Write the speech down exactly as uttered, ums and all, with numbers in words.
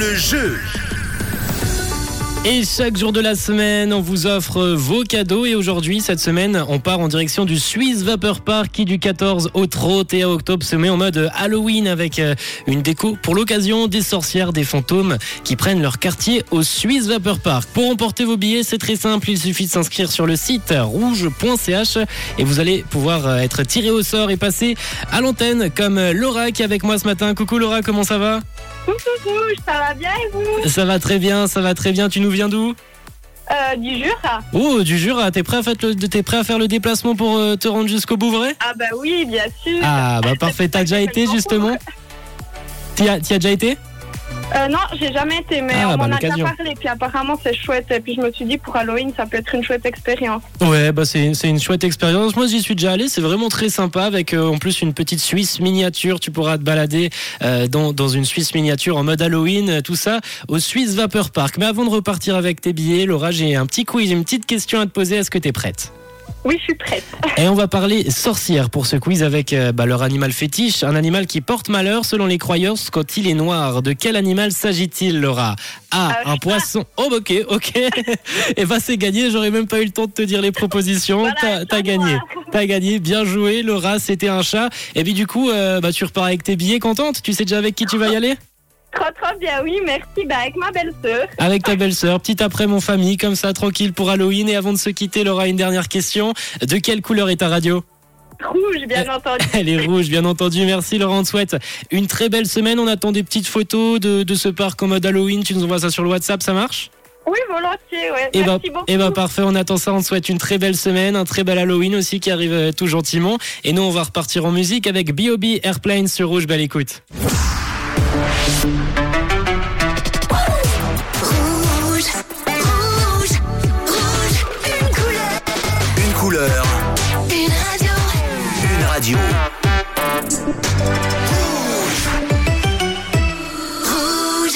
le jeu. Et chaque jour de la semaine, on vous offre vos cadeaux. Et aujourd'hui, cette semaine, on part en direction du Swiss Vapor Park qui, du quatorze au trente et un octobre, se met en mode Halloween avec une déco pour l'occasion, des sorcières, des fantômes qui prennent leur quartier au Swiss Vapor Park. Pour emporter vos billets, c'est très simple. Il suffit de s'inscrire sur le site rouge point c h et vous allez pouvoir être tiré au sort et passer à l'antenne comme Laura qui est avec moi ce matin. Coucou Laura, comment ça va ? Coucou, ça va bien et vous ? Ça va très bien, ça va très bien. Tu nous viens d'où ? euh, Du Jura. Oh, du Jura. T'es prêt à faire le, t'es prêt à faire le déplacement pour euh, te rendre jusqu'au bout, vrai ? Ah bah oui, bien sûr. Ah bah parfait. T'as déjà été justement ? T'y as, t'y as déjà été ? Euh, non, j'ai jamais été, mais Ah, on bah, m'en a déjà l'occasion. parlé, puis apparemment c'est chouette, et puis je me suis dit pour Halloween ça peut être une chouette expérience. Ouais, bah c'est, c'est une chouette expérience. Moi, j'y suis déjà allé. C'est vraiment très sympa avec euh, en plus une petite Suisse miniature. Tu pourras te balader euh, dans, dans une Suisse miniature en mode Halloween, euh, tout ça au Swiss Vapor Park. Mais avant de repartir avec tes billets, Laura, j'ai un petit quiz, une petite question à te poser. Est-ce que t'es prête ? Oui, je suis prête. Et on va parler sorcière pour ce quiz avec euh, bah, leur animal fétiche, un animal qui porte malheur selon les croyances quand il est noir. De quel animal s'agit-il, Laura ? A, Euh, un poisson. Oh, ok, ok. Et bah c'est gagné, j'aurais même pas eu le temps de te dire les propositions. Voilà, t'as, t'as gagné. noir. T'as gagné, bien joué, Laura, c'était un chat. Et puis du coup, euh, bah, tu repars avec tes billets, contente ? Tu sais déjà avec qui tu vas y aller ? Trop trop bien, oui, merci. Bah avec ma belle-sœur. Avec ta belle-sœur, petit après mon famille, comme ça, tranquille pour Halloween. Et avant de se quitter, Laura, une dernière question. De quelle couleur est ta radio ? Rouge, bien entendu. Elle est rouge, bien entendu. Merci Laurent, on te souhaite une très belle semaine. On attend des petites photos de, de ce parc en mode Halloween. Tu nous envoies ça sur le WhatsApp, ça marche ? Oui, volontiers, ouais. Et bah, Merci beaucoup. et bah parfait, on attend ça. On te souhaite une très belle semaine, un très bel Halloween aussi qui arrive euh, tout gentiment. Et nous, on va repartir en musique avec B O B Airplane sur Rouge. Belle écoute.